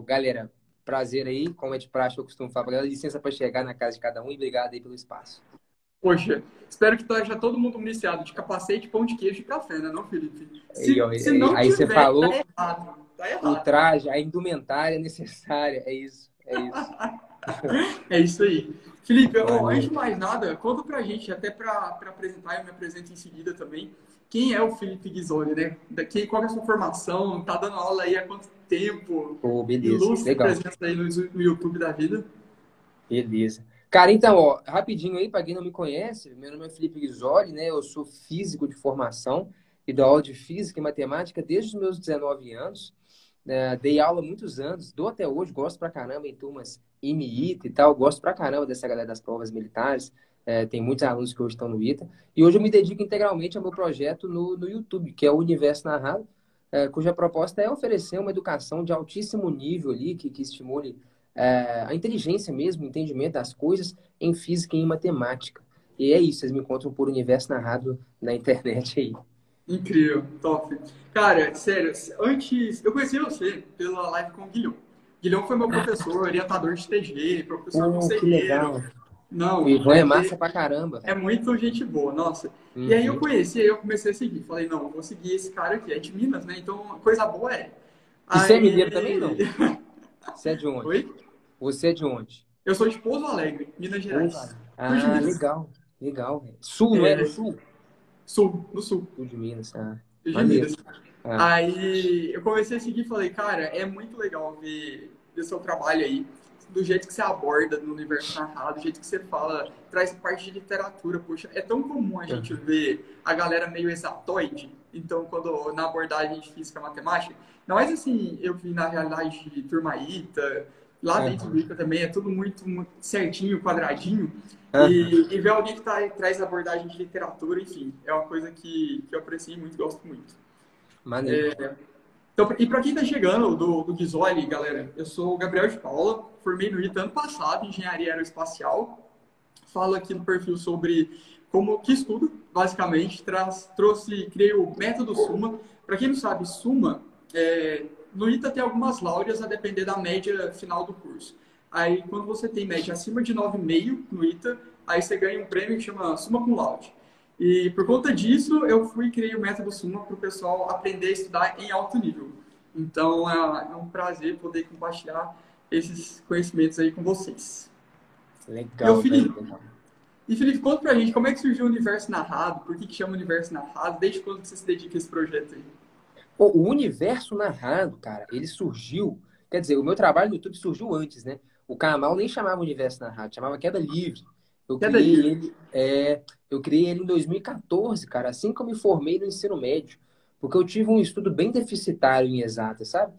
galera, prazer aí. Como é de praxe, eu costumo falar pra galera, licença para chegar na casa de cada um e obrigado aí pelo espaço. Poxa, espero que esteja todo mundo municiado de capacete, pão de queijo e café, né, não, Felipe? Aí, ó, Se não aí você tiver, tá falou errado. Tá o errado. traje, a indumentária necessária. É isso, é isso. É isso aí. Felipe, ó, antes Maneiro. de mais nada, conta pra gente, até pra apresentar, eu me apresento em seguida também, quem é o Felipe Ghisoli, né? Qual é a sua formação? Tá dando aula aí há quanto tempo? Pô, beleza. Ilustre Legal. presença aí no YouTube da vida. Beleza. Cara, então, ó, rapidinho aí, para quem não me conhece, meu nome é Felipe Ghisoli, né? Eu sou físico de formação e dou aula de física e matemática desde os meus 19 anos. Dei aula há muitos anos, dou até hoje, gosto pra caramba em turmas IME, ITA e tal, gosto pra caramba dessa galera das provas militares. Tem muitos alunos que hoje estão no ITA. E hoje eu me dedico integralmente ao meu projeto no YouTube, que é o Universo Narrado, cuja proposta é oferecer uma educação de altíssimo nível ali, que estimule a inteligência mesmo, o entendimento das coisas em física e em matemática. E é isso, vocês me encontram por Universo Narrado na internet aí. Incrível, top. Cara, sério, antes eu conheci você pela live com o Guilhom. Guilhom foi meu professor, orientador de TG, professor Pô, que conselheiro. legal. O Não, Ivan é massa pra caramba, é velho. muito gente boa, nossa. E aí eu Uhum. conheci, aí eu comecei a seguir. Falei, não, eu vou seguir esse cara aqui, é de Minas, né? Então, coisa boa é. E você é mineiro também, Aí. não? Você é de onde? Oi? Você é de onde? Eu sou de Pouso Alegre, Minas Pô, Gerais. cara. Sul de Ah, Minas. legal. Legal, velho. Sul, não é no É, sul? sul, no sul. Sul de Minas. Ah, Sul de maneiro. Minas. Ah, Aí eu comecei a seguir e falei, cara, é muito legal ver seu trabalho aí, do jeito que você aborda no universo narrado, do jeito que você fala, traz parte de literatura, poxa, é tão comum a gente uhum. ver a galera meio exatoide, então quando na abordagem de física e matemática, não é assim, eu vi na realidade de turma ITA, lá dentro do Aham. ITA também é tudo muito certinho, quadradinho, Aham. e ver alguém que traz abordagem de literatura, enfim, é uma coisa que eu aprecio muito, gosto muito. Maneiro. Então, e para quem está chegando do Ghisoli, galera, eu sou o Gabriel de Paula, formei no ITA ano passado, em Engenharia Aeroespacial. Falo aqui no perfil sobre como que estudo, basicamente. Criei o método Suma. Para quem não sabe, Suma, no ITA tem algumas laureas a depender da média final do curso. Aí, quando você tem média acima de 9,5 no ITA, aí você ganha um prêmio que chama Suma Cum Laude. E por conta disso, eu fui e criei o método Suma para o pessoal aprender a estudar em alto nível. Então, é um prazer poder compartilhar esses conhecimentos aí com vocês. E o Legal, velho. Felipe, Legal. conta pra gente como é que surgiu o Universo Narrado, por que chama Universo Narrado, desde quando você se dedica a esse projeto aí? Pô, o universo narrado, cara, ele surgiu. Quer dizer, o meu trabalho no YouTube surgiu antes, né? O canal nem chamava Universo Narrado, chamava Queda Livre. Eu Queda criei livre. ele, eu criei ele em 2014, cara, assim que eu me formei no ensino médio, porque eu tive um estudo bem deficitário em exatas, sabe?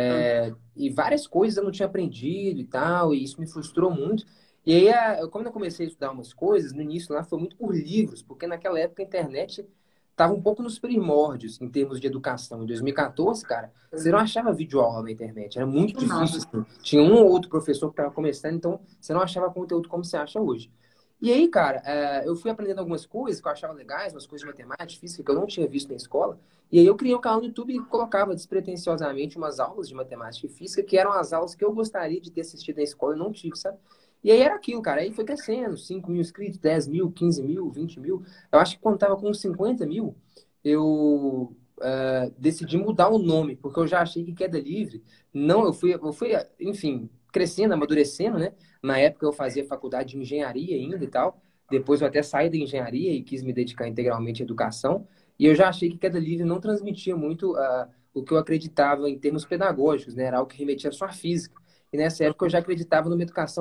E várias coisas eu não tinha aprendido e tal, e isso me frustrou muito. E aí, quando eu comecei a estudar umas coisas, no início lá foi muito por livros, porque naquela época a internet estava um pouco nos primórdios em termos de educação. Em 2014, cara, você não achava videoaula na internet, era muito Não nada. difícil, assim. Tinha um ou outro professor que estava começando, então você não achava conteúdo como você acha hoje. E aí, cara, eu fui aprendendo algumas coisas que eu achava legais, umas coisas de matemática, física que eu não tinha visto na escola. E aí eu criei um canal no YouTube e colocava despretensiosamente umas aulas de matemática e física, que eram as aulas que eu gostaria de ter assistido na escola e não tive, sabe? E aí era aquilo, cara. Aí foi crescendo, 5 mil inscritos, 10 mil, 15 mil, 20 mil. Eu acho que quando tava com 50 mil, eu decidi mudar o nome, porque eu já achei que Queda Livre, não, eu fui, enfim, crescendo, amadurecendo, né? Na época eu fazia faculdade de engenharia ainda e tal. Depois eu até saí da engenharia e quis me dedicar integralmente à educação. E eu já achei que Queda Livre não transmitia muito o que eu acreditava em termos pedagógicos, né? Era algo que remetia só à física. E nessa época eu já acreditava numa educação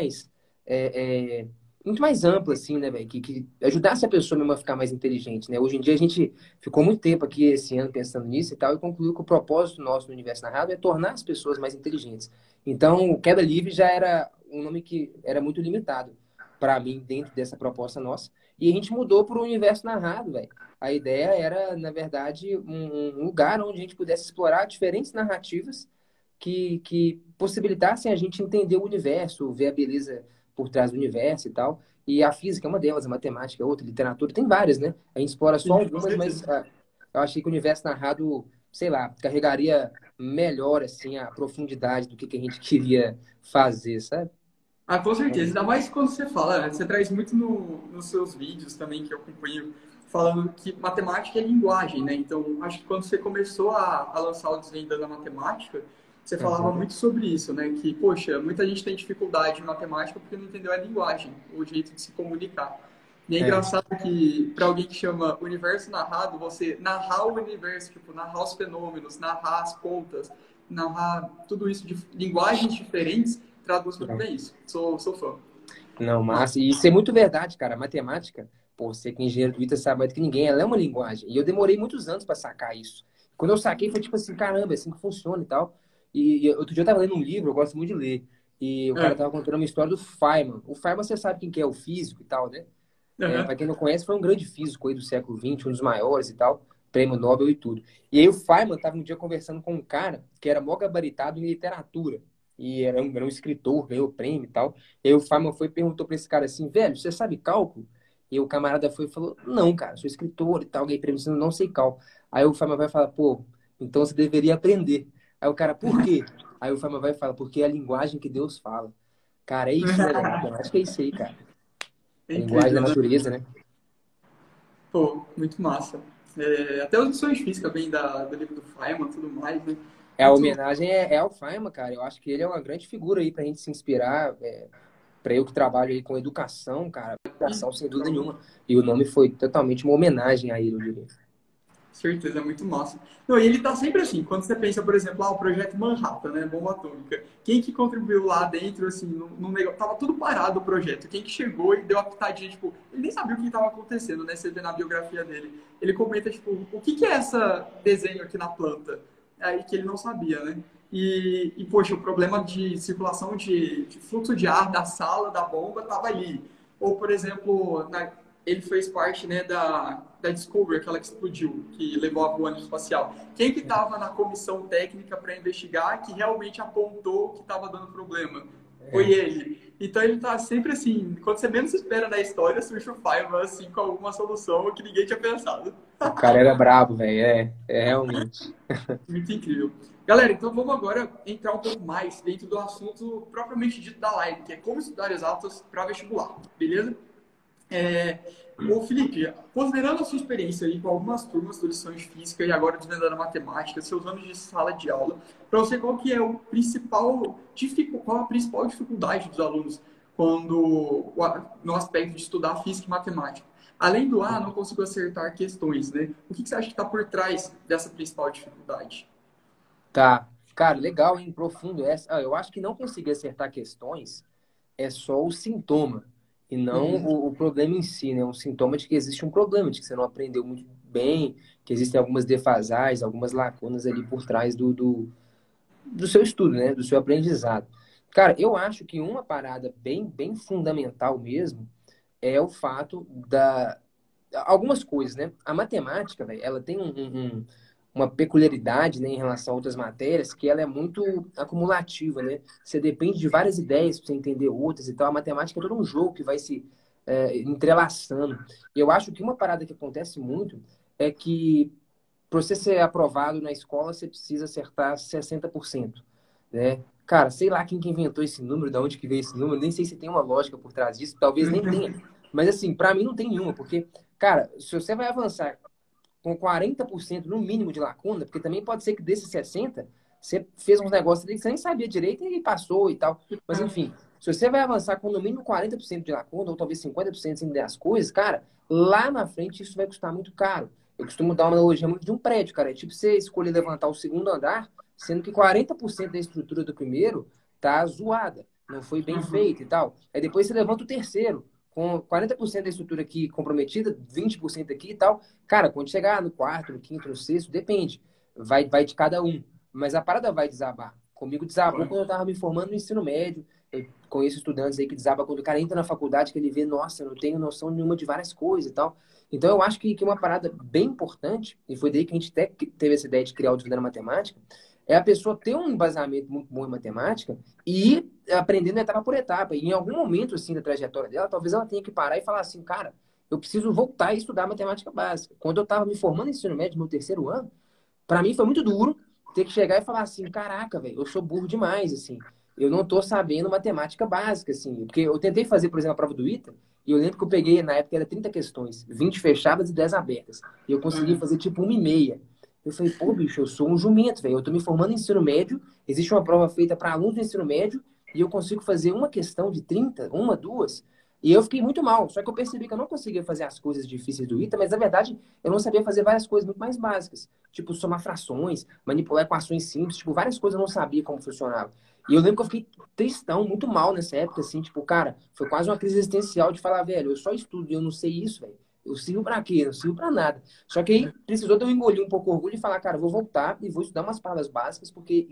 é, é, muito mais ampla, assim, né, velho? Que ajudasse a pessoa mesmo a ficar mais inteligente, né? Hoje em dia a gente ficou muito tempo aqui esse ano pensando nisso e tal, e concluiu que o propósito nosso no Universo Narrado é tornar as pessoas mais inteligentes. Então, Queda Livre já era um nome que era muito limitado para mim dentro dessa proposta nossa. E a gente mudou para o Universo Narrado, velho. A ideia era, na verdade, um lugar onde a gente pudesse explorar diferentes narrativas que possibilitassem a gente entender o universo, ver a beleza por trás do universo e tal. E a física é uma delas, a matemática é outra, a literatura tem várias, né? A gente explora só Sim, com algumas, mas certeza. eu achei que o universo narrado, sei lá, carregaria melhor, assim, a profundidade do que a gente queria fazer, sabe? Ah, com certeza. Ainda mais quando você fala, né? Você traz muito nos seus vídeos também, que eu acompanho, falando que matemática é linguagem, né? Então, acho que quando você começou a lançar o Desvendando da Matemática, você falava Uhum. muito sobre isso, né? Que, poxa, muita gente tem dificuldade em matemática porque não entendeu a linguagem, o jeito de se comunicar. E é É, engraçado que, para alguém que chama universo narrado, você narrar o universo, tipo, narrar os fenômenos, narrar as contas, narrar tudo isso de linguagens diferentes, traduz muito não, bem isso. Sou fã. não, Mas, mas isso é muito verdade, cara. A matemática, pô, você que é engenheiro do ITA sabe mais do que ninguém, ela é uma linguagem. E eu demorei muitos anos para sacar isso. Quando eu saquei, foi tipo assim, caramba, é assim que funciona e tal. E outro dia eu tava lendo um livro, eu gosto muito de ler. E o cara é, tava contando uma história do Feynman. O Feynman, você sabe quem que é, o físico e tal, né? É, para uhum, quem não conhece, foi um grande físico aí do século XX, um dos maiores e tal, prêmio Nobel e tudo. E aí o Feynman estava um dia conversando com um cara que era mó gabaritado em literatura. E era um escritor, ganhou o prêmio e tal. E aí o Feynman foi e perguntou para esse cara assim, velho, você sabe cálculo? E o camarada foi e falou, não, cara, sou escritor e tal, ganhei prêmio, não sei cálculo. Aí o Feynman vai falar, pô, então você deveria aprender. Aí o cara, por quê? Aí o Feynman vai e fala, porque é a linguagem que Deus fala. Cara, é isso, né, velho? Matemática é isso aí, cara. é A linguagem da incrível, né? natureza, né? Pô, muito massa. É, até as lições de física vêm do livro do Feynman e tudo mais, né? É, a Muito. homenagem é ao Feynman, cara. Eu acho que ele é uma grande figura aí pra gente se inspirar. Pra eu que trabalho aí com educação, cara, educação sem dúvida nenhuma. E o nome foi totalmente uma homenagem a ele, eu diria. Certeza, é muito massa. Não, e ele tá sempre assim, quando você pensa, por exemplo, o projeto Manhattan, né, bomba atômica, quem que contribuiu lá dentro, assim, no negócio, tava tudo parado o projeto, quem que chegou e deu a pitadinha, tipo, ele nem sabia o que estava acontecendo, né, você vê na biografia dele, ele comenta, tipo, o que que é esse desenho aqui na planta? Aí que ele não sabia, né, poxa, o problema de circulação de fluxo de ar da sala da bomba tava ali, ou, por exemplo, ele fez parte, né, da Discovery, aquela que explodiu, que levou a ônibus espacial. Quem que estava na comissão técnica para investigar que realmente apontou que estava dando problema? Foi É. ele. Então ele tá sempre assim, quando você menos espera na história, surge o Feynman, assim, com alguma solução que ninguém tinha pensado. O cara era brabo, velho. É realmente. Muito incrível. Galera, então vamos agora entrar um pouco mais dentro do assunto propriamente dito da live, que é como estudar exatas para vestibular, beleza? É, ô Felipe, considerando a sua experiência aí com algumas turmas de lições de física e agora desvendando a matemática, seus anos de sala de aula, para você qual que é qual a principal dificuldade dos alunos quando no aspecto de estudar física e matemática? Além do não consigo acertar questões, né? O que você acha que está por trás dessa principal dificuldade? Tá. Cara, legal, hein? Profundo essa. Eu acho que não conseguir acertar questões é só o sintoma e não Uhum. o problema em si, né? Um sintoma de que existe um problema, de que você não aprendeu muito bem, que existem algumas defasagens, algumas lacunas ali por trás do seu estudo, né? Do seu aprendizado. Cara, eu acho que uma parada bem fundamental mesmo é o fato da algumas coisas, né? A matemática, velho, ela tem uma peculiaridade, né, em relação a outras matérias, que ela é muito acumulativa, né? Você depende de várias ideias para você entender outras e tal. A matemática é todo um jogo que vai se entrelaçando. E eu acho que uma parada que acontece muito é que para você ser aprovado na escola, você precisa acertar 60%, né? Cara, sei lá quem que inventou esse número, de onde que veio esse número, nem sei se tem uma lógica por trás disso, talvez nem tenha. Mas assim, para mim não tem nenhuma, porque, cara, se você vai avançar com 40% no mínimo de lacuna, porque também pode ser que desses 60, você fez uns negócios ali que você nem sabia direito e passou e tal. Mas enfim, se você vai avançar com no mínimo 40% de lacuna, ou talvez 50% sem das coisas, cara, lá na frente isso vai custar muito caro. Eu costumo dar uma analogia muito de um prédio, cara. É tipo você escolher levantar o segundo andar, sendo que 40% da estrutura do primeiro tá zoada, não foi bem Uhum. feita e tal. Aí depois você levanta o terceiro, com 40% da estrutura aqui comprometida, 20% aqui e tal. Cara, quando chegar no quarto, no quinto, no sexto, depende. Vai de cada um. Mas a parada vai desabar. Comigo desabou Vai. quando eu tava me formando no ensino médio. Eu conheço estudantes aí que desaba quando o cara entra na faculdade, que ele vê, nossa, eu não tenho noção nenhuma de várias coisas e tal. Então, eu acho que uma parada bem importante, e foi daí que a gente até teve essa ideia de criar o Desvendando Matemática, é a pessoa ter um embasamento muito bom em matemática e ir aprendendo etapa por etapa. E em algum momento, assim, da trajetória dela, talvez ela tenha que parar e falar assim, cara, eu preciso voltar a estudar matemática básica. Quando eu estava me formando em ensino médio, no terceiro ano, para mim foi muito duro, ter que chegar e falar assim, caraca, velho, eu sou burro demais, assim. Eu não tô sabendo matemática básica, assim. Porque eu tentei fazer, por exemplo, a prova do ITA, e eu lembro que eu peguei, na época, era 30 questões, 20 fechadas e 10 abertas. E eu consegui Uhum. fazer, tipo, 1,5. Eu falei, pô, bicho, eu sou um jumento, velho. Eu tô me formando em ensino médio, existe uma prova feita para alunos do ensino médio, e eu consigo fazer uma questão de 30, uma, duas. E eu fiquei muito mal. Só que eu percebi que eu não conseguia fazer as coisas difíceis do ITA, mas, na verdade, eu não sabia fazer várias coisas muito mais básicas. Tipo, somar frações, manipular equações simples, tipo, várias coisas eu não sabia como funcionava. E eu lembro que eu fiquei tristão, muito mal nessa época, assim, tipo, cara, foi quase uma crise existencial de falar, velho, eu só estudo e eu não sei isso, velho. Eu sirvo pra quê? Eu não sirvo pra nada. Só que aí precisou de eu engolir um pouco o orgulho e falar, cara, eu vou voltar e vou estudar umas palavras básicas, porque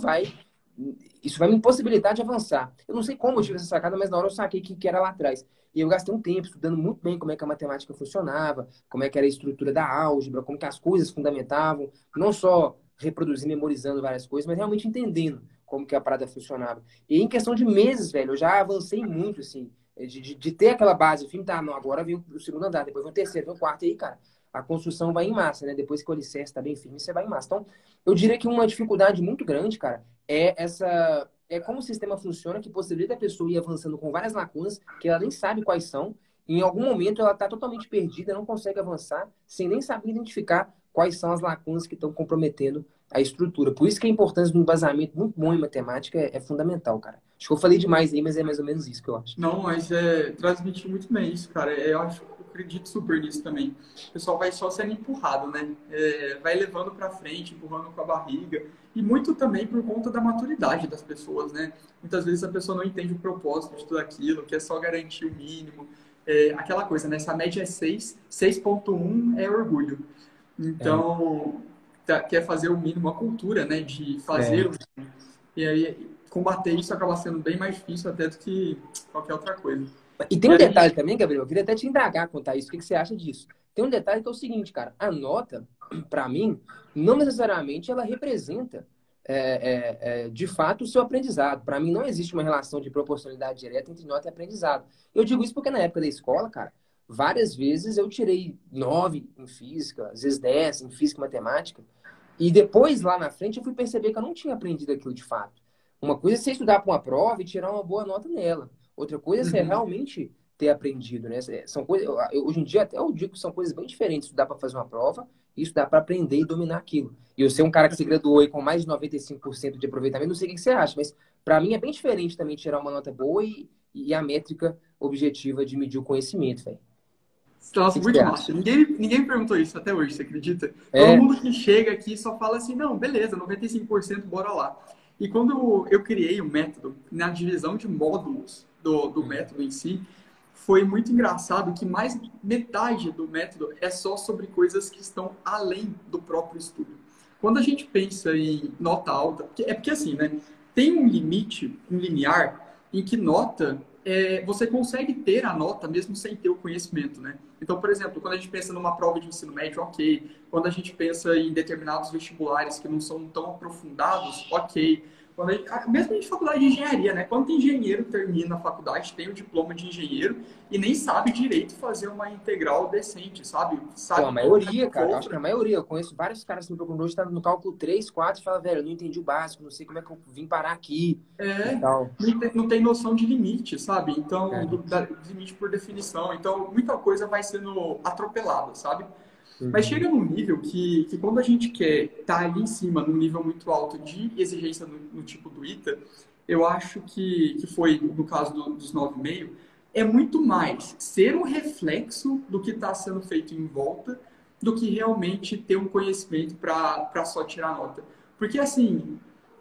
isso vai me impossibilitar de avançar. Eu não sei como eu tive essa sacada, mas na hora eu saquei que era lá atrás. E eu gastei um tempo estudando muito bem como é que a matemática funcionava, como é que era a estrutura da álgebra, como que as coisas fundamentavam, não só reproduzir, memorizando várias coisas, mas realmente entendendo como que a parada funcionava. E em questão de meses, velho, eu já avancei muito, assim, de ter aquela base. O filme tá, não, agora vem o segundo andar, depois vem o terceiro, vem o quarto, e aí, cara, a construção vai em massa, né? Depois que o alicerce tá bem firme, você vai em massa. Então, eu diria que uma dificuldade muito grande, cara, é como o sistema funciona, que possibilita a pessoa ir avançando com várias lacunas que ela nem sabe quais são. E em algum momento ela está totalmente perdida, não consegue avançar, sem nem saber identificar quais são as lacunas que estão comprometendo a estrutura. Por isso que a importância do embasamento muito bom em matemática é fundamental, cara. Acho que eu falei demais aí, mas é mais ou menos isso que eu acho. Não, mas transmitir muito bem isso, cara. Eu acredito super nisso também. O pessoal vai só sendo empurrado, né? Vai levando pra frente, empurrando com a barriga. E muito também por conta da maturidade das pessoas, né? Muitas vezes a pessoa não entende o propósito de tudo aquilo, quer só garantir o mínimo. Aquela coisa, né? Se a média é 6, 6,1 é orgulho. É, Então, quer fazer o mínimo, a cultura, né? De fazer é. o mínimo. E aí, combater isso acaba sendo bem mais difícil até do que qualquer outra coisa. E tem E um aí, detalhe também, Gabriel, eu queria até te indagar quanto a isso, o que que você acha disso? Tem um detalhe que é o seguinte, cara, a nota, para mim, não necessariamente ela representa, de fato, o seu aprendizado. Para mim, não existe uma relação de proporcionalidade direta entre nota e aprendizado. Eu digo isso porque na época da escola, cara, várias vezes eu tirei 9 em física, às vezes 10 em física e matemática, e depois, lá na frente, eu fui perceber que eu não tinha aprendido aquilo de fato. Uma coisa é você estudar para uma prova e tirar uma boa nota nela. Outra coisa é você uhum, realmente ter aprendido, né? São coisas, hoje em dia até eu digo que são coisas bem diferentes. Estudar para fazer uma prova e estudar para aprender e dominar aquilo. E eu ser um cara que se graduou aí com mais de 95% de aproveitamento, não sei o que você acha, mas para mim é bem diferente também tirar uma nota boa e a métrica objetiva de medir o conhecimento, velho. O nossa, que você muito acha? massa. Ninguém me perguntou isso até hoje, você acredita? Todo É, mundo que chega aqui só fala assim, não, beleza, 95%, bora lá. E quando eu criei o método, na divisão de módulos do método em si, foi muito engraçado que mais metade do método é só sobre coisas que estão além do próprio estudo. Quando a gente pensa em nota alta, porque assim, né? Tem um limite, um limiar, em que nota você consegue ter a nota mesmo sem ter o conhecimento, né? Então, por exemplo, quando a gente pensa numa prova de ensino médio, ok. Quando a gente pensa em determinados vestibulares que não são tão aprofundados, ok. Mesmo em faculdade de engenharia, né? Quando engenheiro termina a faculdade, tem o diploma de engenheiro e nem sabe direito fazer uma integral decente, sabe? pô, a Sabe tudo maioria, como cara, eu acho que a wolfram. maioria, eu conheço vários caras que me procuram hoje, tá no cálculo 3, 4 e fala, velho, eu não entendi o básico, não sei como é que eu vim parar aqui e É, tal. não tem noção de limite, sabe? Então, É. limite por definição. Então, muita coisa vai sendo atropelada, sabe? Mas Uhum. chega num nível que quando a gente quer estar ali em cima, num nível muito alto de exigência no tipo do ITA, eu acho que foi, no caso dos 9,5, é muito mais ser um reflexo do que está sendo feito em volta do que realmente ter um conhecimento para só tirar nota. Porque, assim,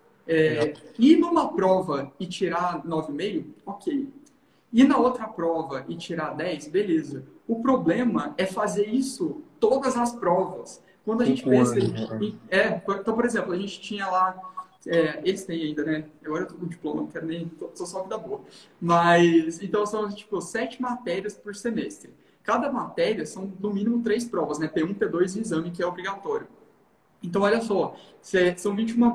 ir numa prova e tirar 9,5, ok. Ir na outra prova e tirar 10, beleza. O problema é fazer isso todas as provas. Quando a gente 5 anos, pensa né? então, por exemplo, a gente tinha lá, eles têm ainda, né? Agora eu tô com diploma, não quero nem, tô só vida boa. Mas, então são, tipo, 7 matérias por semestre. Cada matéria são, no mínimo, 3 provas, né? P1, P2 e exame, que é obrigatório. Então, olha só, são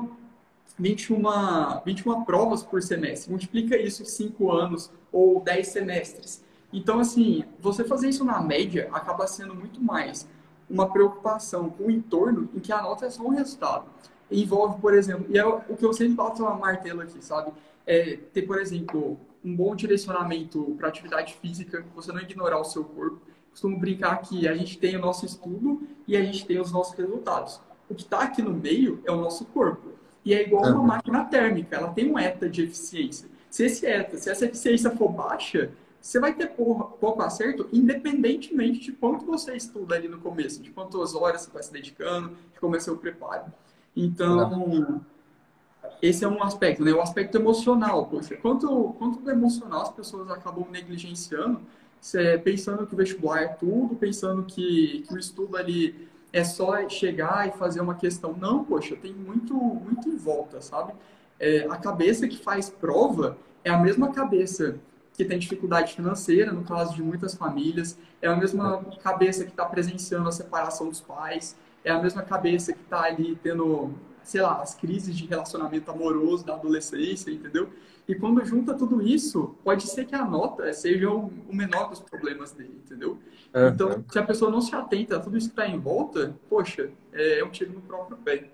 21 provas por semestre. Multiplica isso em 5 anos ou 10 semestres. Então, assim, você fazer isso na média acaba sendo muito mais uma preocupação com o entorno em que a nota é só um resultado. Envolve, por exemplo, e é o que eu sempre bato uma martelo aqui, sabe? É ter, por exemplo, um bom direcionamento para atividade física, você não ignorar o seu corpo. Costumo brincar que a gente tem o nosso estudo e a gente tem os nossos resultados. O que está aqui no meio é o nosso corpo. E é igual uma Aham. máquina térmica, ela tem um eta de eficiência. Se essa eficiência for baixa, você vai ter pouco acerto, independentemente de quanto você estuda ali no começo, de quantas horas você está se dedicando, de como é seu preparo. Então, esse é um aspecto, né? O aspecto emocional, poxa, quanto do emocional as pessoas acabam negligenciando, pensando que o vestibular é tudo, pensando que o estudo ali é só chegar e fazer uma questão. Não, poxa, tem muito em volta, sabe? A cabeça que faz prova é a mesma cabeça que tem dificuldade financeira, no caso de muitas famílias, é a mesma cabeça que está presenciando a separação dos pais, é a mesma cabeça que está ali tendo, sei lá, as crises de relacionamento amoroso da adolescência, entendeu? E quando junta tudo isso, pode ser que a nota seja o menor dos problemas dele, entendeu? Então, Aham. se a pessoa não se atenta a tudo isso que está em volta, poxa, é um tiro no próprio pé.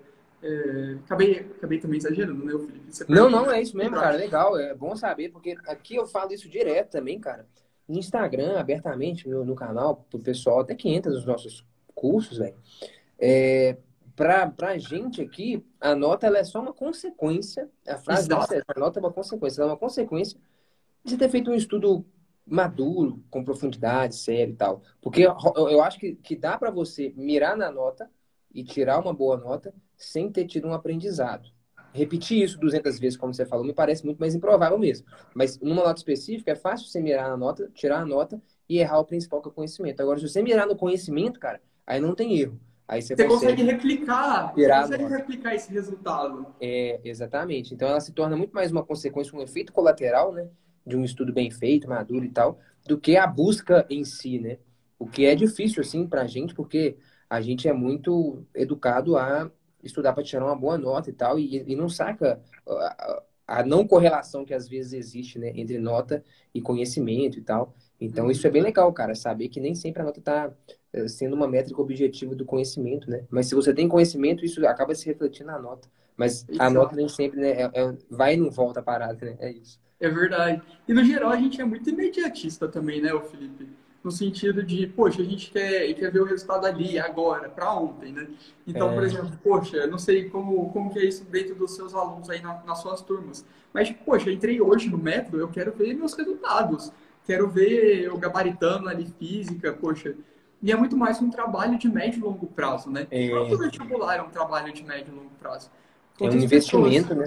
Acabei também exagerando, né, Felipe? Você Não, perguntou não, o é isso mesmo, cara. contrário. Legal, é bom saber, porque aqui eu falo isso direto também, cara. No Instagram, abertamente, no canal, pro pessoal até que entra nos nossos cursos, velho. É, pra gente aqui, a nota ela é só uma consequência. A frase deve ser Exato. essa, a nota é uma consequência. Ela é uma consequência de você ter feito um estudo maduro, com profundidade, sério e tal. Porque eu acho que dá para você mirar na nota e tirar uma boa nota sem ter tido um aprendizado. Repetir isso 200 vezes, como você falou, me parece muito mais improvável mesmo. Mas numa nota específica, é fácil você mirar na nota, tirar a nota e errar o principal, que é o conhecimento. Agora, se você mirar no conhecimento, cara, aí não tem erro. Aí Você tirar a consegue nota. replicar esse resultado. É, exatamente. Então ela se torna muito mais uma consequência, um efeito colateral, né, de um estudo bem feito, maduro e tal, do que a busca em si, né? O que é difícil assim pra gente, porque a gente é muito educado a estudar para tirar uma boa nota e tal, e não saca a não correlação que às vezes existe, né, entre nota e conhecimento e tal. Então isso é Uhum. bem legal, cara, saber que nem sempre a nota tá sendo uma métrica objetiva do conhecimento, né? Mas se você tem conhecimento, isso acaba se refletindo na nota. Mas a nota Exato. nem sempre, né, vai e não volta a parada, né? É isso. É verdade. E no geral a gente é muito imediatista também, né, o Felipe? No sentido de, poxa, a gente quer ver o resultado ali, agora, para ontem, né? Então, por É, exemplo, poxa, eu não sei como que é isso dentro dos seus alunos aí nas suas turmas, mas, poxa, eu entrei hoje no método, eu quero ver meus resultados, quero ver eu gabaritando ali física, poxa. E é muito mais um trabalho de médio e longo prazo, né? O próprio é, vestibular é um trabalho de médio e longo prazo. é um Quantas pessoas investimento, né?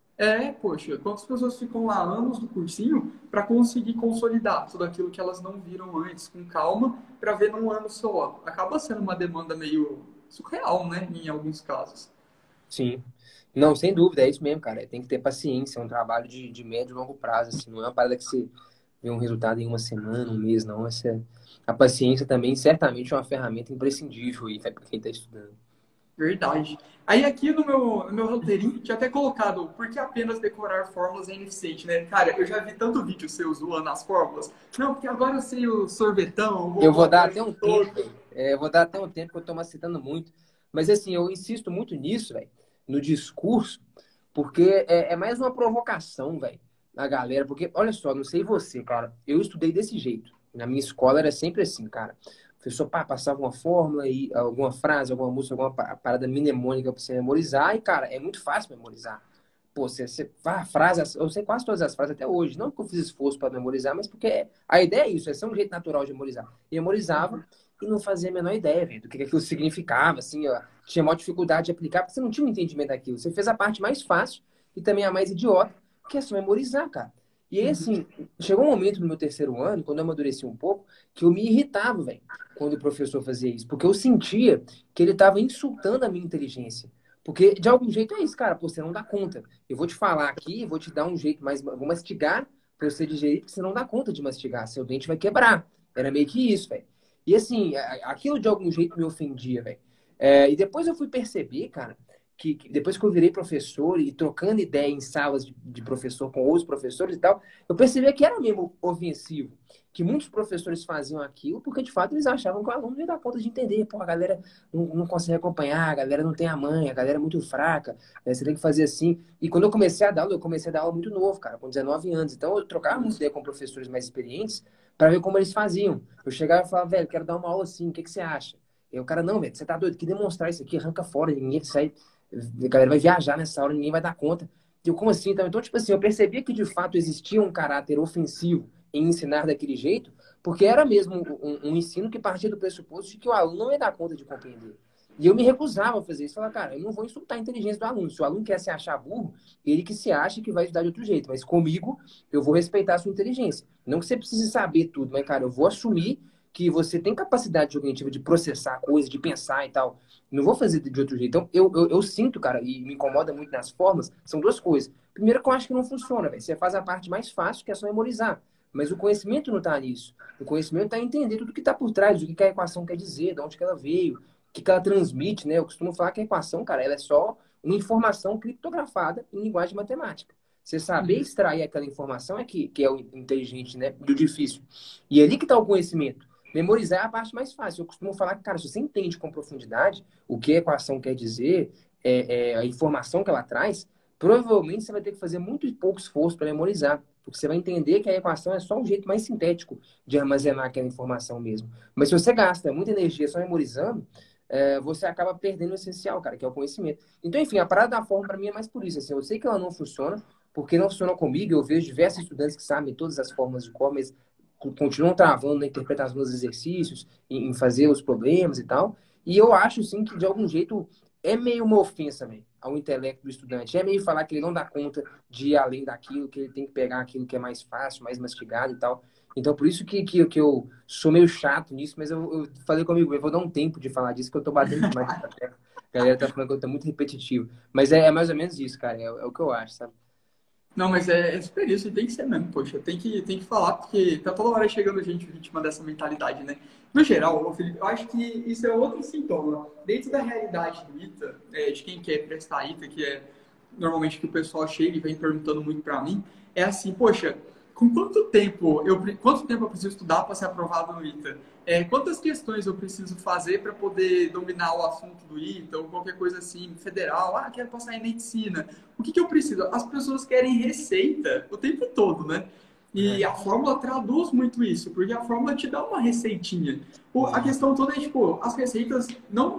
poxa, quantas pessoas ficam lá anos do cursinho para conseguir consolidar tudo aquilo que elas não viram antes, com calma, para ver num ano só? Acaba sendo uma demanda meio surreal, né, em alguns casos. Sim. Não, sem dúvida, é isso mesmo, cara. Tem que ter paciência, é um trabalho de médio e longo prazo, assim. Não é uma parada que você vê um resultado em uma semana, um mês, não. A paciência também, certamente, é uma ferramenta imprescindível aí, para quem está estudando. Verdade. Aí aqui no meu roteirinho tinha até colocado por que apenas decorar fórmulas é ineficiente, né? Cara, eu já vi tanto vídeo seu zoando as fórmulas. Não, porque agora eu sei o sorvetão, Eu vou vou dar colocar até isso um tempo, todo. velho. Eu vou dar até um tempo que eu tô macetando muito. Mas assim, eu insisto muito nisso, velho, no discurso, porque é mais uma provocação, velho, na galera. Porque, olha só, não sei você, cara, eu estudei desse jeito. Na minha escola era sempre assim, cara. O professor, pá, passava uma fórmula e alguma frase, alguma música, alguma parada mnemônica pra você memorizar. E, cara, é muito fácil memorizar. Pô, a frase, eu sei quase todas as frases até hoje. Não porque eu fiz esforço para memorizar, mas porque a ideia é isso, é ser um jeito natural de memorizar. E memorizava e não fazia a menor ideia, velho, do que aquilo significava, assim, ó. Tinha maior dificuldade de aplicar, porque você não tinha um entendimento daquilo. Você fez a parte mais fácil e também a mais idiota, que é só memorizar, cara. E aí, Uhum. assim, chegou um momento no meu terceiro ano, quando eu amadureci um pouco, que eu me irritava, velho, quando o professor fazia isso, porque eu sentia que ele estava insultando a minha inteligência. Porque, de algum jeito, é isso, cara, pô, você não dá conta. Eu vou te falar aqui, vou te dar um jeito mais, vou mastigar para você digerir, porque você não dá conta de mastigar, seu dente vai quebrar. Era meio que isso, velho. E assim, aquilo de algum jeito me ofendia, velho. E depois eu fui perceber, cara, depois que eu virei professor e trocando ideia em salas de professor com outros professores e tal, eu percebi que era mesmo ofensivo. Que muitos professores faziam aquilo porque, de fato, eles achavam que o aluno não ia dar conta de entender. Pô, a galera não consegue acompanhar, a galera não tem a manha, a galera é muito fraca, você tem que fazer assim. E quando eu comecei a dar aula, eu comecei a dar aula muito novo, cara, com 19 anos. Então, eu trocava muita ideia com professores mais experientes para ver como eles faziam. Eu chegava e falava, velho, quero dar uma aula assim, o que você acha? E o cara, não, velho, você tá doido, que demonstrar isso aqui, arranca fora, ninguém sai, a galera vai viajar nessa hora, ninguém vai dar conta. E eu, como assim? Então, tipo assim, eu percebia que de fato existia um caráter ofensivo em ensinar daquele jeito, porque era mesmo um ensino que partia do pressuposto de que o aluno não ia dar conta de compreender. E eu me recusava a fazer isso. Falava, cara, eu não vou insultar a inteligência do aluno. Se o aluno quer se achar burro, ele que se acha que vai estudar de outro jeito. Mas comigo, eu vou respeitar a sua inteligência. Não que você precise saber tudo, mas, cara, eu vou assumir que você tem capacidade cognitiva de processar coisas, de pensar e tal. Não vou fazer de outro jeito. Então, eu sinto, cara, e me incomoda muito nas formas, são duas coisas. Primeiro que eu acho que não funciona, velho. Você faz a parte mais fácil, que é só memorizar. Mas o conhecimento não está nisso. O conhecimento está em entender tudo que está por trás, o que a equação quer dizer, de onde que ela veio, o que ela transmite, né? Eu costumo falar que a equação, cara, ela é só uma informação criptografada em linguagem matemática. Você saber extrair aquela informação que é o inteligente, né? Do difícil. E é ali que está o conhecimento. Memorizar é a parte mais fácil. Eu costumo falar que, cara, se você entende com profundidade o que a equação quer dizer, a informação que ela traz, provavelmente você vai ter que fazer muito pouco esforço para memorizar. Porque você vai entender que a equação é só um jeito mais sintético de armazenar aquela informação mesmo. Mas se você gasta muita energia só memorizando, você acaba perdendo o essencial, cara, que é o conhecimento. Então, enfim, a parada da forma para mim é mais por isso. Assim, eu sei que ela não funciona, porque não funciona comigo. Eu vejo diversos estudantes que sabem todas as fórmulas de cor, mas continuam travando na interpretação dos exercícios, em fazer os problemas e tal. E eu acho, sim, que de algum jeito é meio uma ofensa, velho, ao intelecto do estudante. É meio falar que ele não dá conta de ir além daquilo, que ele tem que pegar aquilo que é mais fácil, mais mastigado e tal. Então, por isso que eu sou meio chato nisso, mas eu falei comigo, eu vou dar um tempo de falar disso, que eu tô batendo demais nessa tecla. A galera tá falando que eu tô muito repetitivo. Mas é mais ou menos isso, cara. É o que eu acho, sabe? Não, mas é super isso, e tem que ser mesmo, poxa, tem que falar, porque tá toda hora chegando gente vítima dessa mentalidade, né? No geral, ô, Felipe, eu acho que isso é outro sintoma. Dentro da realidade do ITA, de quem quer prestar ITA, que é normalmente que o pessoal chega e vem perguntando muito pra mim, é assim, poxa, com quanto tempo eu preciso estudar para ser aprovado no ITA? Quantas questões eu preciso fazer para poder dominar o assunto do ITA ou qualquer coisa assim, federal? Ah, quero passar em medicina. O que eu preciso? As pessoas querem receita o tempo todo, né? E a fórmula traduz muito isso, porque a fórmula te dá uma receitinha. A questão toda é, tipo, as receitas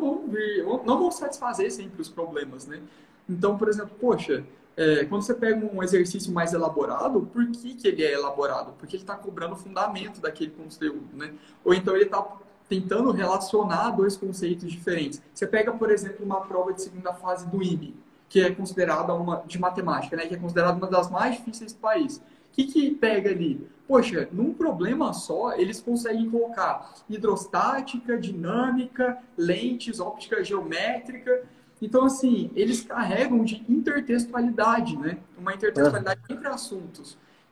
não vão satisfazer sempre os problemas, né? Então, por exemplo, poxa, quando você pega um exercício mais elaborado, por que ele é elaborado? Porque ele está cobrando o fundamento daquele conteúdo, né? Ou então ele está tentando relacionar dois conceitos diferentes. Você pega, por exemplo, uma prova de segunda fase do IME, que é considerada de matemática, né? Que é considerada uma das mais difíceis do país. O que pega ali? Poxa, num problema só, eles conseguem colocar hidrostática, dinâmica, lentes, óptica geométrica. Então, assim, eles carregam de intertextualidade, né? Uma intertextualidade entre assuntos.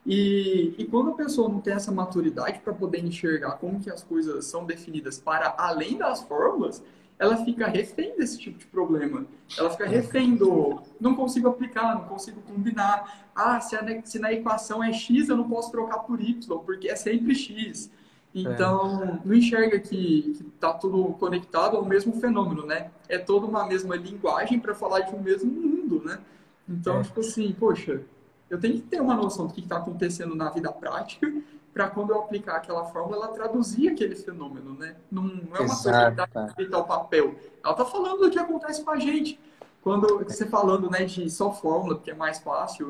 E quando a pessoa não tem essa maturidade para poder enxergar como que as coisas são definidas para além das fórmulas, ela fica refém desse tipo de problema. Ela fica refém do não consigo aplicar, não consigo combinar. Ah, se na equação é x, eu não posso trocar por y, porque é sempre x. Então, não enxerga que está tudo conectado ao mesmo fenômeno, né? É toda uma mesma linguagem para falar de um mesmo mundo, né? Então, tipo assim, poxa, eu tenho que ter uma noção do que está acontecendo na vida prática para quando eu aplicar aquela fórmula, ela traduzir aquele fenômeno, né? Não é uma coisa que está escrita ao papel. Ela está falando do que acontece com a gente. Quando você falando, né, de só fórmula, porque é mais fácil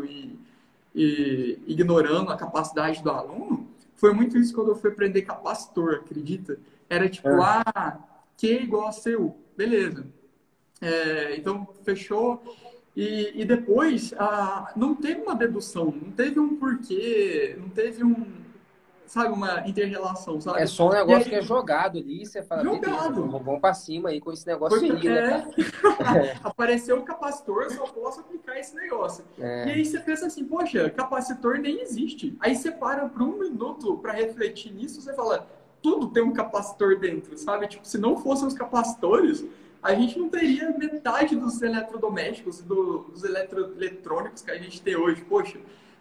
e ignorando a capacidade do aluno, foi muito isso quando eu fui aprender capacitor, acredita? Era tipo, Q igual a CU. Beleza. Então, fechou. E depois, não teve uma dedução, não teve um porquê, não teve sabe, uma inter-relação, sabe? É só um negócio que é jogado ali, e você fala, beleza, Jogado. Vamos pra cima aí com esse negócio aí, né, cara? Apareceu o capacitor, eu só posso aplicar esse negócio. E aí você pensa assim, poxa, capacitor nem existe. Aí você para por um minuto para refletir nisso, você fala, tudo tem um capacitor dentro, sabe? Tipo, se não fossem os capacitores, a gente não teria metade dos eletrodomésticos, dos eletrônicos que a gente tem hoje, poxa.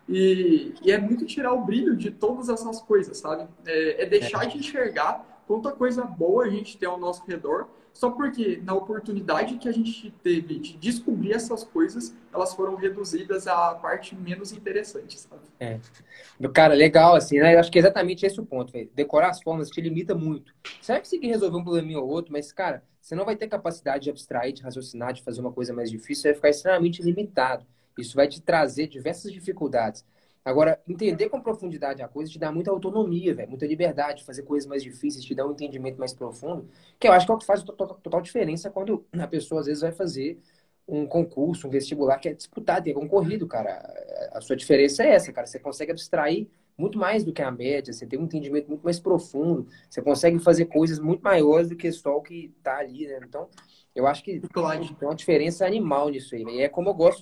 E é muito tirar o brilho de todas essas coisas, sabe? É deixar de enxergar quanta coisa boa a gente tem ao nosso redor, só porque na oportunidade que a gente teve de descobrir essas coisas, elas foram reduzidas à parte menos interessante, sabe? É. Cara, legal, assim, né? Eu acho que é exatamente esse o ponto, velho. Decorar as formas te limita muito. Você vai conseguir resolver um probleminha ou outro, mas, cara, você não vai ter capacidade de abstrair, de raciocinar, de fazer uma coisa mais difícil, você vai ficar extremamente limitado. Isso vai te trazer diversas dificuldades. Agora, entender com profundidade a coisa te dá muita autonomia, velho, muita liberdade de fazer coisas mais difíceis, te dá um entendimento mais profundo, que eu acho que é o que faz total diferença quando a pessoa, às vezes, vai fazer um concurso, um vestibular que é disputado, é concorrido, cara. A sua diferença é essa, cara. Você consegue abstrair muito mais do que a média, você tem um entendimento muito mais profundo, você consegue fazer coisas muito maiores do que só o que tá ali, né? Então, eu acho que Claro. tem uma diferença animal nisso aí, né? E é como eu gosto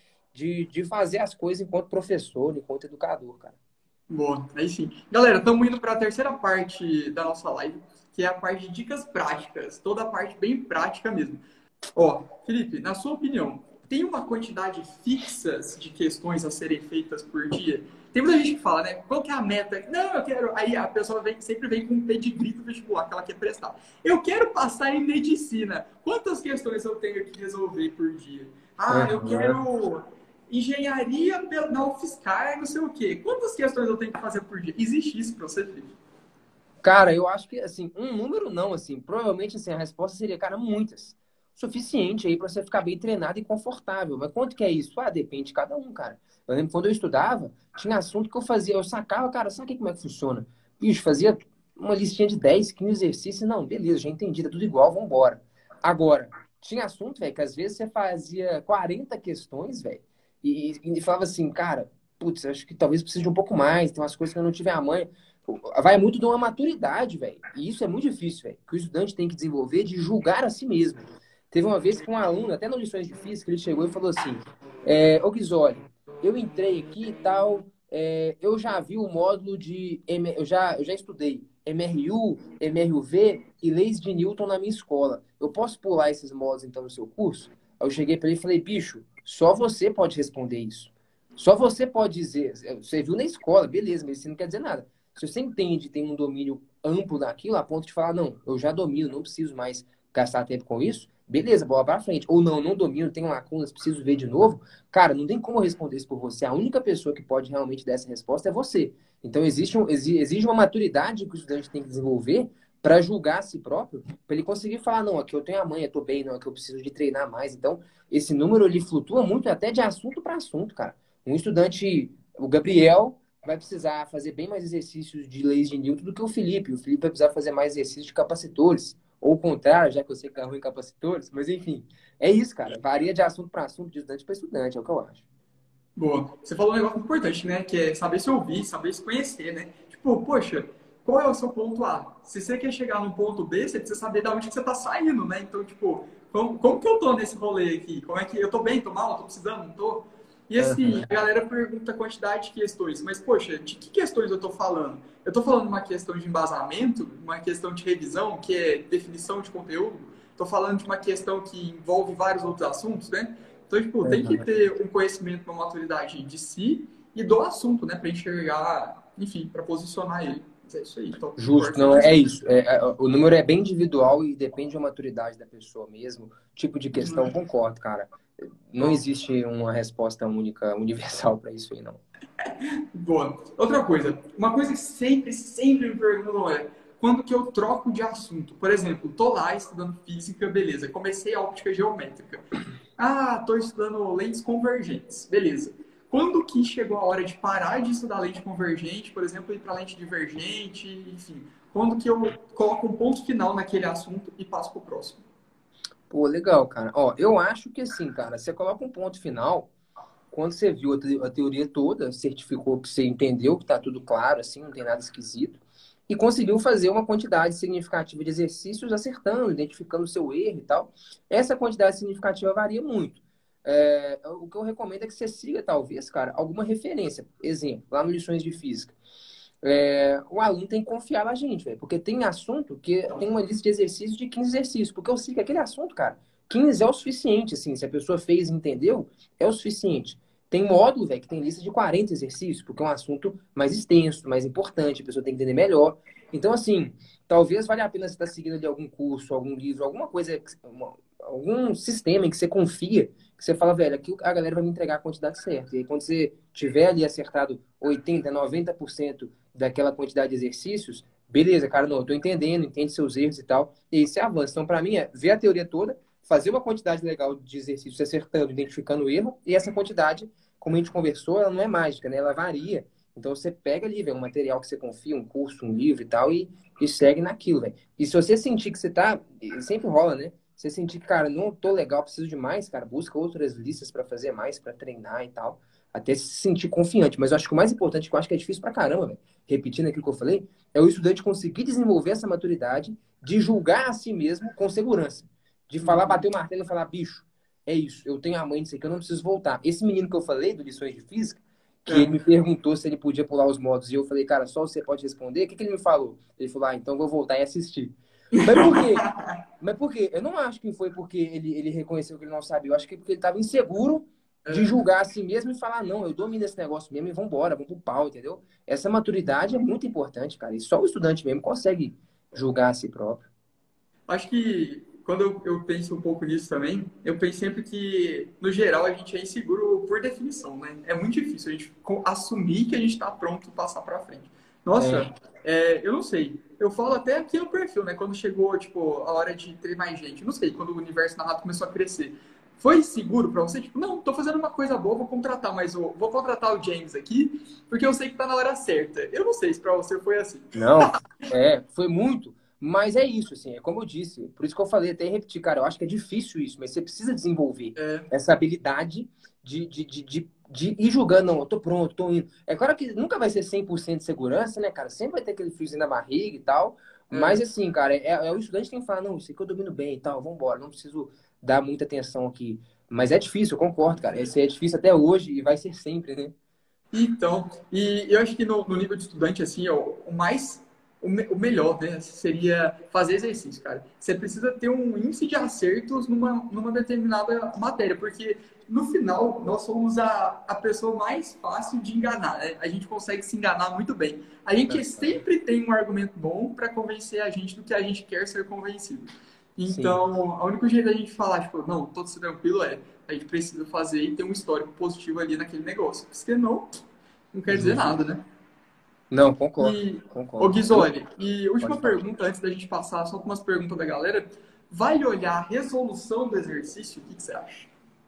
de fazer as coisas enquanto professor, enquanto educador, cara. Boa, aí sim. Galera, estamos indo para a terceira parte da nossa live, que é a parte de dicas práticas, toda a parte bem prática mesmo. Ó, Felipe, na sua opinião, tem uma quantidade fixa de questões a serem feitas por dia? Tem muita gente que fala, né? Qual que é a meta? Não, eu quero. Aí a pessoa sempre vem com um pedigree do vestibular que ela quer prestar. Eu quero passar em medicina. Quantas questões eu tenho que resolver por dia? Ah, eu Aham. quero engenharia na UFSCar, não sei o quê. Quantas questões eu tenho que fazer por dia? Existe isso para você, Felipe? Cara, eu acho que, assim, um número não, assim, provavelmente, assim, a resposta seria, cara, muitas. Suficiente aí para você ficar bem treinado e confortável. Mas quanto que é isso? Ah, depende de cada um, cara. Eu lembro quando eu estudava, tinha assunto que eu fazia, eu sacava, cara, sabe como é que funciona? Bicho, fazia uma listinha de 10, 15 exercícios, não, beleza, já entendi, tá tudo igual, vambora. Agora, tinha assunto, velho, que às vezes você fazia 40 questões, velho, e falava assim, cara, putz, acho que talvez precise de um pouco mais, tem umas coisas que eu não tive a manha. Vai muito de uma maturidade, velho. E isso é muito difícil, velho. Que o estudante tem que desenvolver de julgar a si mesmo. Teve uma vez que um aluno, até nas lições de física, ele chegou e falou assim: Ô Guizoli, eu entrei aqui e tal, eu já vi o módulo de. Eu já estudei MRU, MRUV e leis de Newton na minha escola. Eu posso pular esses módulos então no seu curso? Aí eu cheguei para ele e falei: bicho, só você pode responder isso. Só você pode dizer. Você viu na escola, beleza, mas isso não quer dizer nada. Se você entende, tem um domínio amplo daquilo, a ponto de falar, não, eu já domino, não preciso mais gastar tempo com isso, beleza, bola pra frente. Ou não, não domino, tenho lacunas, preciso ver de novo. Cara, não tem como responder isso por você. A única pessoa que pode realmente dar essa resposta é você. Então, exige uma maturidade que o estudante tem que desenvolver para julgar a si próprio, para ele conseguir falar, não, aqui eu tenho a manha, eu tô bem, não, aqui eu preciso de treinar mais. Então, esse número, ele flutua muito até de assunto para assunto, cara. Um estudante, o Gabriel, vai precisar fazer bem mais exercícios de leis de Newton do que o Felipe. O Felipe vai precisar fazer mais exercícios de capacitores. Ou o contrário, já que eu sei que é ruim em capacitores. Mas, enfim, é isso, cara. Varia de assunto para assunto, de estudante para estudante, é o que eu acho. Boa. Você falou um negócio importante, né? Que é saber se ouvir, saber se conhecer, né? Tipo, poxa, qual é o seu ponto A? Se você quer chegar no ponto B, você precisa saber de onde que você tá saindo, né? Então, tipo, como que eu tô nesse rolê aqui? Como é que eu tô bem, tô mal, tô precisando, não tô? E assim, Aham. a galera pergunta a quantidade de questões, mas poxa, de que questões eu tô falando? Eu tô falando uma questão de embasamento, uma questão de revisão, que é definição de conteúdo, tô falando de uma questão que envolve vários outros assuntos, né? Então, tipo, tem que Aham. ter um conhecimento, uma maturidade de si e do assunto, né? Para enxergar, enfim, para posicionar ele. Mas é isso aí, então, concordo Justo, não, é 100%. isso. O número é bem individual e depende da maturidade da pessoa mesmo. Tipo de questão, Uhum. concordo, cara. Não Top. existe uma resposta única, universal para isso aí, não. Boa. Outra coisa, uma coisa que sempre me perguntam é quando que eu troco de assunto. Por exemplo, tô lá estudando física, beleza. Comecei a óptica geométrica. Ah, tô estudando lentes convergentes, beleza. Quando que chegou a hora de parar de estudar lente convergente, por exemplo, ir para lente divergente, enfim. Quando que eu coloco um ponto final naquele assunto e passo para o próximo? Pô, legal, cara. Ó, eu acho que assim, cara, você coloca um ponto final. Quando você viu a teoria toda, certificou que você entendeu que está tudo claro, assim, não tem nada esquisito, e conseguiu fazer uma quantidade significativa de exercícios acertando, identificando o seu erro e tal. Essa quantidade significativa varia muito. O que eu recomendo é que você siga, talvez, cara, alguma referência. Exemplo, lá no Lições de Física. o aluno tem que confiar na gente, velho. Porque tem assunto que tem uma lista de exercícios de 15 exercícios. Porque eu sei que aquele assunto, cara, 15 é o suficiente, assim. Se a pessoa fez e entendeu, é o suficiente. Tem módulo, velho, que tem lista de 40 exercícios, porque é um assunto mais extenso, mais importante, a pessoa tem que entender melhor. Então, assim, talvez valha a pena você estar seguindo ali algum curso, algum livro, alguma coisa, algum sistema em que você confia, que você fala, velho, aqui a galera vai me entregar a quantidade certa. E aí, quando você tiver ali acertado 80, 90% daquela quantidade de exercícios, beleza, cara, não, eu tô entendendo, entende seus erros e tal, e aí você avança. Então, para mim, é ver a teoria toda, fazer uma quantidade legal de exercícios acertando, identificando o erro, e essa quantidade, como a gente conversou, ela não é mágica, né? Ela varia. Então, você pega ali, velho, um material que você confia, um curso, um livro e tal, e segue naquilo, velho. E se você sentir que você tá, sempre rola, né? Você sentir que, cara, não tô legal, preciso de mais, cara, busca outras listas para fazer mais, para treinar e tal, até se sentir confiante. Mas eu acho que o mais importante, que eu acho que é difícil pra caramba, velho, repetindo aquilo que eu falei, é o estudante conseguir desenvolver essa maturidade de julgar a si mesmo com segurança. De falar, Uhum. bater o martelo e falar, bicho, é isso, eu tenho a mãe disso aqui, eu não preciso voltar. Esse menino que eu falei, do Lições de Física, que ele É. me perguntou se ele podia pular os modos, e eu falei, cara, só você pode responder. O que ele me falou? Ele falou, então eu vou voltar e assistir. Mas por quê? Mas por quê? Eu não acho que foi porque ele reconheceu que ele não sabia. Eu acho que porque ele estava inseguro de É. julgar a si mesmo e falar, não, eu domino esse negócio mesmo e vambora, vamos pro pau, entendeu? Essa maturidade é muito importante, cara. E só o estudante mesmo consegue julgar a si próprio. Acho que quando eu penso um pouco nisso também, eu penso sempre que, no geral, a gente é inseguro por definição, né? É muito difícil a gente assumir que a gente está pronto para passar para frente. Nossa, É, eu não sei. Eu falo até aqui no perfil, né? Quando chegou, tipo, a hora de ter mais gente. Não sei, quando o universo narrado começou a crescer. Foi seguro para você? Tipo, não, tô fazendo uma coisa boa, vou contratar, mas vou contratar o James aqui, porque eu sei que tá na hora certa. Eu não sei se para você foi assim. não, foi muito. Mas é isso, assim, é como eu disse. Por isso que eu falei, até repetir, cara, eu acho que é difícil isso, mas você precisa desenvolver É, essa habilidade de ir julgando, não, eu tô pronto, tô indo. É claro que nunca vai ser 100% de segurança, né, cara? Sempre vai ter aquele friozinho na barriga e tal. Mas, é. assim, cara, o estudante que tem que falar, não, isso aqui eu domino bem e tal, vambora, não preciso dar muita atenção aqui. Mas é difícil, eu concordo, cara. Esse é difícil até hoje e vai ser sempre, né? Então, e eu acho que no nível de estudante, assim, ó, o melhor, né, seria fazer exercício, cara. Você precisa ter um índice de acertos numa determinada matéria, porque no final nós somos a pessoa mais fácil de enganar, né? A gente consegue se enganar muito bem. A gente sempre tem um argumento bom para convencer a gente do que a gente quer ser convencido. Sim. Então, o único jeito da gente falar, tipo, não, tô tranquilo a gente precisa fazer e ter um histórico positivo ali naquele negócio. Porque senão, não quer dizer Justo. nada, né? Não, concordo, E, ô concordo. Ghisoli, e Pode última falar. pergunta antes da gente passar só com umas perguntas da galera. Vale olhar a resolução do exercício? O que você acha?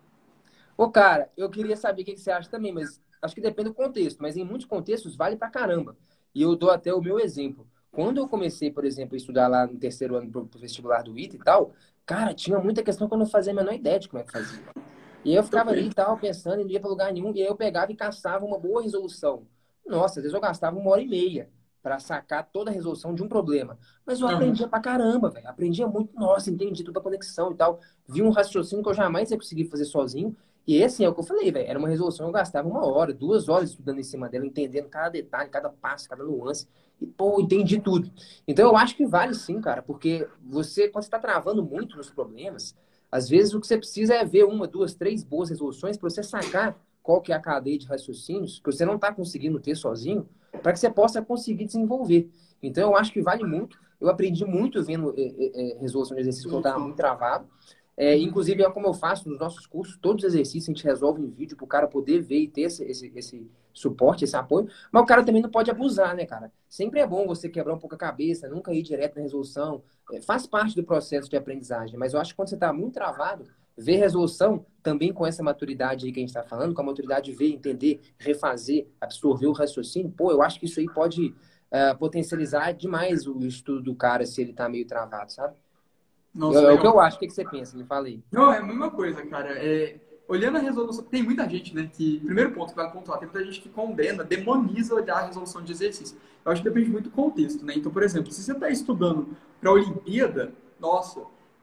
Ô, cara, eu queria saber o que você acha também, mas acho que depende do contexto, mas em muitos contextos vale pra caramba. E eu dou até o meu exemplo. Quando eu comecei, por exemplo, a estudar lá no terceiro ano pro vestibular do ITA e tal, cara, tinha muita questão que eu não fazia a menor ideia de como é que fazia. E aí eu ficava ali Também. e tal, pensando, e não ia pra lugar nenhum, e aí eu pegava e caçava uma boa resolução. Nossa, às vezes eu gastava 1 hora e meia para sacar toda a resolução de um problema. Mas eu Aham. aprendia pra caramba, velho. Aprendia muito, nossa, entendi toda a conexão e tal. Vi um raciocínio que eu jamais ia conseguir fazer sozinho. E assim, é o que eu falei, velho. Era uma resolução que eu gastava 1 hora, 2 horas estudando em cima dela, entendendo cada detalhe, cada passo, cada nuance. E, pô, entendi tudo. Então eu acho que vale sim, cara, porque você, quando você tá travando muito nos problemas, às vezes o que você precisa é ver uma, duas, três boas resoluções para você sacar qual que é a cadeia de raciocínios que você não está conseguindo ter sozinho, para que você possa conseguir desenvolver. Então eu acho que vale muito. Eu aprendi muito vendo resolução de exercício quando eu estava muito Resolução. travado. Uhum. Inclusive, é como eu faço nos nossos cursos, todos os exercícios a gente resolve em vídeo para o cara poder ver e ter esse suporte, esse apoio. Mas o cara também não pode abusar, né, cara? Sempre é bom você quebrar um pouco a cabeça, nunca ir direto na resolução. Faz parte do processo de aprendizagem, mas eu acho que quando você está muito travado, ver resolução também com essa maturidade aí que a gente está falando, com a maturidade de ver, entender, refazer, absorver o raciocínio, pô, eu acho que isso aí pode potencializar demais o estudo do cara se ele está meio travado, sabe? Nossa, É o que legal. eu acho. O que que você pensa? Me fala aí. Não, é a mesma coisa, cara. Olhando a resolução, tem muita gente, né, que, primeiro ponto que vai pontuar, tem muita gente que condena, demoniza olhar a resolução de exercício. Eu acho que depende muito do contexto, né? Então, por exemplo, se você está estudando para a Olimpíada, nossa,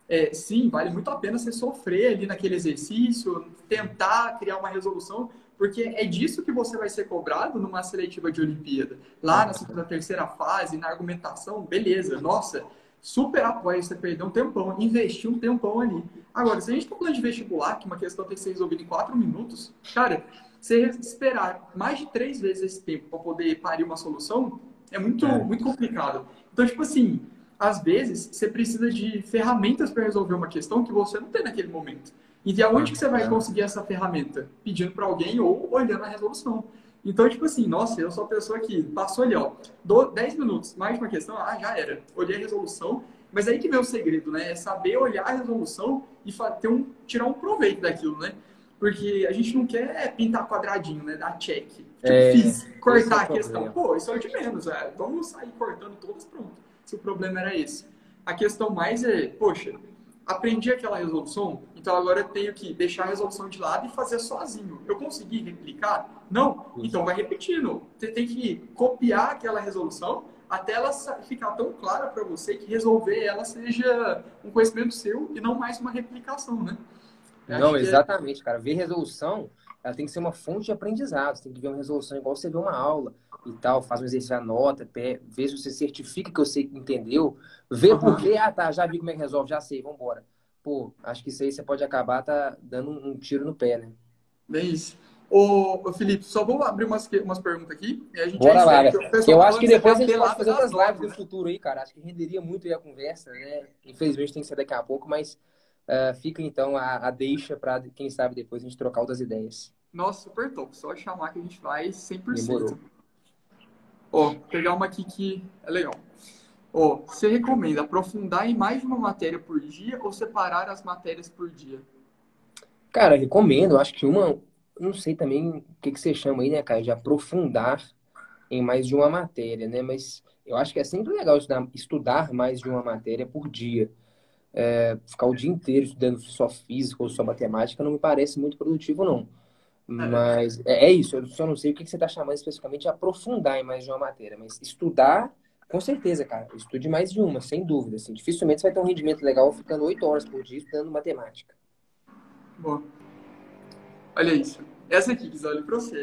sim, vale muito a pena você sofrer ali naquele exercício, tentar criar uma resolução, porque é disso que você vai ser cobrado numa seletiva de Olimpíada. Lá na segunda, terceira fase, na argumentação, beleza, nossa, super apoio você perder um tempão, investir um tempão ali. Agora, se a gente está falando de vestibular, que uma questão tem que ser resolvida em 4 minutos, cara, você esperar mais de 3 vezes esse tempo para poder parir uma solução é muito, É, muito complicado. Então, tipo assim, às vezes você precisa de ferramentas para resolver uma questão que você não tem naquele momento. E aonde que você vai aham. conseguir essa ferramenta? Pedindo para alguém ou olhando a resolução. Então, tipo assim, nossa, eu sou a pessoa que passou ali, ó, 10 minutos, mais de uma questão, já era. Olhei a resolução, mas aí que vem o segredo, né? É saber olhar a resolução e tirar um proveito daquilo, né? Porque a gente não quer pintar quadradinho, né? Dar check. Tipo, fiz, Esse é o cortar a questão. problema. Pô, isso é o de menos, vamos sair cortando todas, pronto. Se o problema era esse. A questão mais poxa, aprendi aquela resolução, então agora eu tenho que deixar a resolução de lado e fazer sozinho. Eu consegui replicar? Não? Isso. Então vai repetindo. Você tem que copiar aquela resolução até ela ficar tão clara para você que resolver ela seja um conhecimento seu e não mais uma replicação, né? Eu Não, acho que é. exatamente, cara. Ver resolução, ela tem que ser uma fonte de aprendizado. Você tem que ver uma resolução igual você vê uma aula e tal, faz um exercício, anota, vê se você certifica que você entendeu, vê por Uhum. quê, tá, já vi como é que resolve, já sei, vambora. Pô, acho que isso aí você pode acabar dando um tiro no pé, né? Bem isso. Ô, Felipe, só vou abrir umas perguntas aqui e a gente já Bora lá, encerra, velho. que o pessoal Eu tá acho falando que que você quer depois a gente pode apelar fazer das outras lives 9, do né? futuro aí, cara. Acho que renderia muito aí a conversa, né? Infelizmente tem que ser daqui a pouco, mas fica então a deixa para, quem sabe, depois a gente trocar outras ideias. Nossa, super top. Só chamar que a gente vai 100%. Demorou. Ó, pegar uma aqui que é legal. Ó, você recomenda aprofundar em mais de uma matéria por dia ou separar as matérias por dia? Cara, recomendo. Acho que não sei também o que que você chama aí, né, cara, de aprofundar em mais de uma matéria, né? Mas eu acho que é sempre legal estudar mais de uma matéria por dia. Ficar o dia inteiro estudando só física ou só matemática não me parece muito produtivo, não. É, Mas é isso, eu só não sei o que que você está chamando especificamente de aprofundar em mais de uma matéria, mas estudar, com certeza, cara. Estude mais de uma, sem dúvida. Assim, dificilmente você vai ter um rendimento legal ficando 8 horas por dia estudando matemática. boa. Olha isso. Essa aqui, Gisele, para você.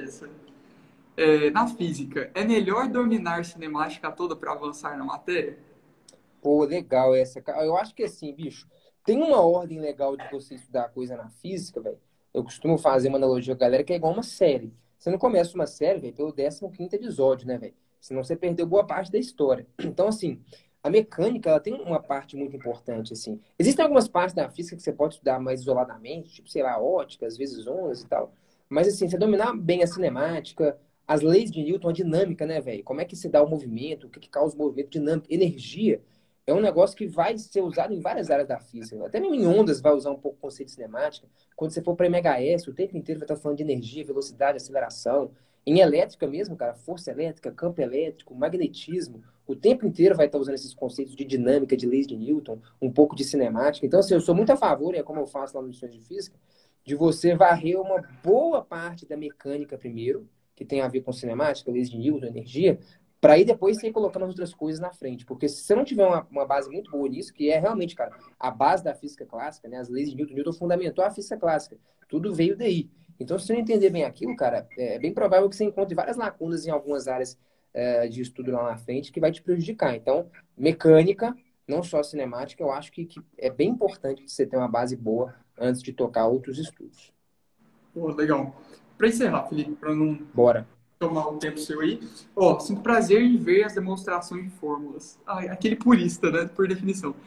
Na física, é melhor dominar cinemática toda para avançar na matéria? Pô, legal essa, cara. Eu acho que assim, bicho, tem uma ordem legal de você estudar coisa na física, velho. Eu costumo fazer uma analogia com a galera que é igual uma série. Você não começa uma série, velho, pelo 15º episódio, né, velho? Senão você perdeu boa parte da história. Então, assim, a mecânica, ela tem uma parte muito importante, assim. Existem algumas partes da física que você pode estudar mais isoladamente, tipo, sei lá, ótica, às vezes ondas e tal. Mas, assim, você dominar bem a cinemática, as leis de Newton, a dinâmica, né, velho? Como é que se dá o movimento, o que que causa o movimento, dinâmica, energia é um negócio que vai ser usado em várias áreas da física. Até mesmo em ondas vai usar um pouco o conceito de cinemática. Quando você for para MHS, o tempo inteiro vai estar falando de energia, velocidade, aceleração. Em elétrica mesmo, cara, força elétrica, campo elétrico, magnetismo, o tempo inteiro vai estar usando esses conceitos de dinâmica, de leis de Newton, um pouco de cinemática. Então, assim, eu sou muito a favor, é como eu faço lá no Lições de Física, de você varrer uma boa parte da mecânica primeiro, que tem a ver com cinemática, leis de Newton, energia, para aí depois você ir colocando as outras coisas na frente. Porque se você não tiver uma base muito boa nisso, que é realmente, cara, a base da física clássica, né? As leis de Newton, Newton fundamentou a física clássica. Tudo veio daí. Então, se você não entender bem aquilo, cara, é bem provável que você encontre várias lacunas em algumas áreas de estudo lá na frente que vai te prejudicar. Então, mecânica, não só cinemática, eu acho que é bem importante você ter uma base boa antes de tocar outros estudos. Pô, legal. Para encerrar, Felipe, para não Bora. tomar um tempo seu aí. Ó, sinto prazer em ver as demonstrações de fórmulas. Aquele purista, né? Por definição.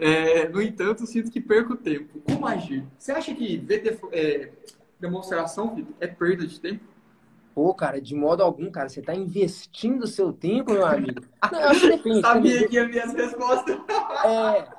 No entanto, sinto que perco tempo. Como agir? Você acha que ver demonstração, Felipe, é perda de tempo? Pô, cara, de modo algum, cara, você tá investindo o seu tempo, meu amigo. Não, eu acho que depende também. Sabia que ia vir as respostas. É,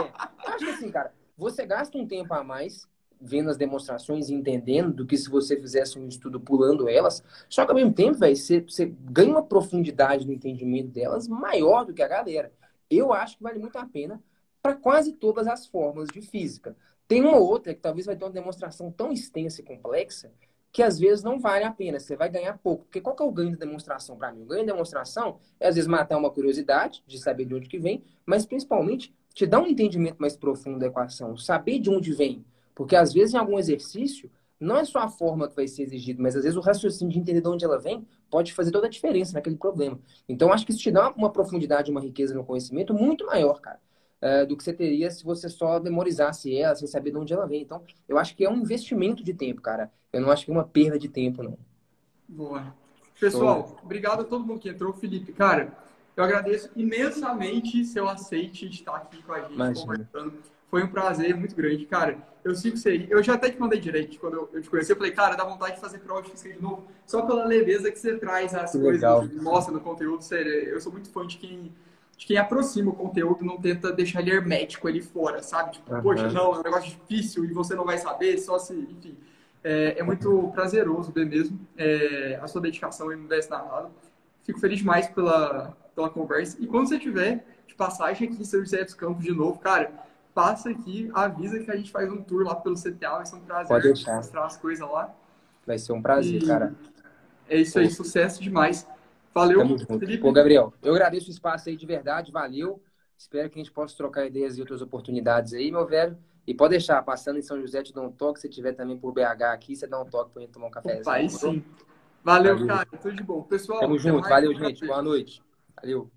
eu acho que assim, cara, você gasta um tempo a mais vendo as demonstrações e entendendo do que se você fizesse um estudo pulando elas. Só que ao mesmo tempo, velho, você ganha uma profundidade no entendimento delas maior do que a galera. Eu acho que vale muito a pena para quase todas as fórmulas de física. Tem uma outra que talvez vai ter uma demonstração tão extensa e complexa que às vezes não vale a pena, você vai ganhar pouco. Porque qual que é o ganho da demonstração para mim? O ganho da demonstração é às vezes matar uma curiosidade de saber de onde que vem, mas principalmente te dá um entendimento mais profundo da equação, saber de onde vem. Porque às vezes em algum exercício, não é só a forma que vai ser exigido, mas às vezes o raciocínio de entender de onde ela vem pode fazer toda a diferença naquele problema. Então acho que isso te dá uma profundidade, uma riqueza no conhecimento muito maior, cara, do que você teria se você só memorizasse ela, sem saber de onde ela vem. Então eu acho que é um investimento de tempo, cara. Eu não acho que é uma perda de tempo, não. Boa. Show. Pessoal, obrigado a todo mundo que entrou. Felipe, cara, eu agradeço imensamente seu aceite de estar aqui com a gente, Imagina. conversando. Foi um prazer muito grande, cara. Eu sigo você aí. Eu já até te mandei direct quando eu te conheci. Eu falei, cara, dá vontade de fazer prova de física de novo, só pela leveza que você traz as Que coisas, legal. mostra no conteúdo. Sério, eu sou muito fã de quem aproxima o conteúdo, não tenta deixar ele hermético ali fora, sabe? Tipo, poxa, não, é um negócio difícil e você não vai saber, só se, enfim. É muito prazeroso ver mesmo a sua dedicação e não desse nada. Fico feliz demais pela conversa. E quando você tiver de passagem aqui em São José dos Campos de novo, cara, passa aqui, avisa que a gente faz um tour lá pelo CTA. Vai ser um prazer Pode deixar. mostrar as coisas lá. Vai ser um prazer, cara. É isso aí, sucesso demais. Valeu, Tamo junto. Felipe. Pô, Gabriel, eu agradeço o espaço aí de verdade, valeu. Espero que a gente possa trocar ideias e outras oportunidades aí, meu velho. E pode deixar, passando em São José, te dá um toque. Se tiver também por BH aqui, você dá um toque pra gente tomar um cafezinho. Opa, aí sim. Valeu, cara. Tudo de bom. Pessoal, tamo junto. Valeu, gente. Boa noite. Valeu.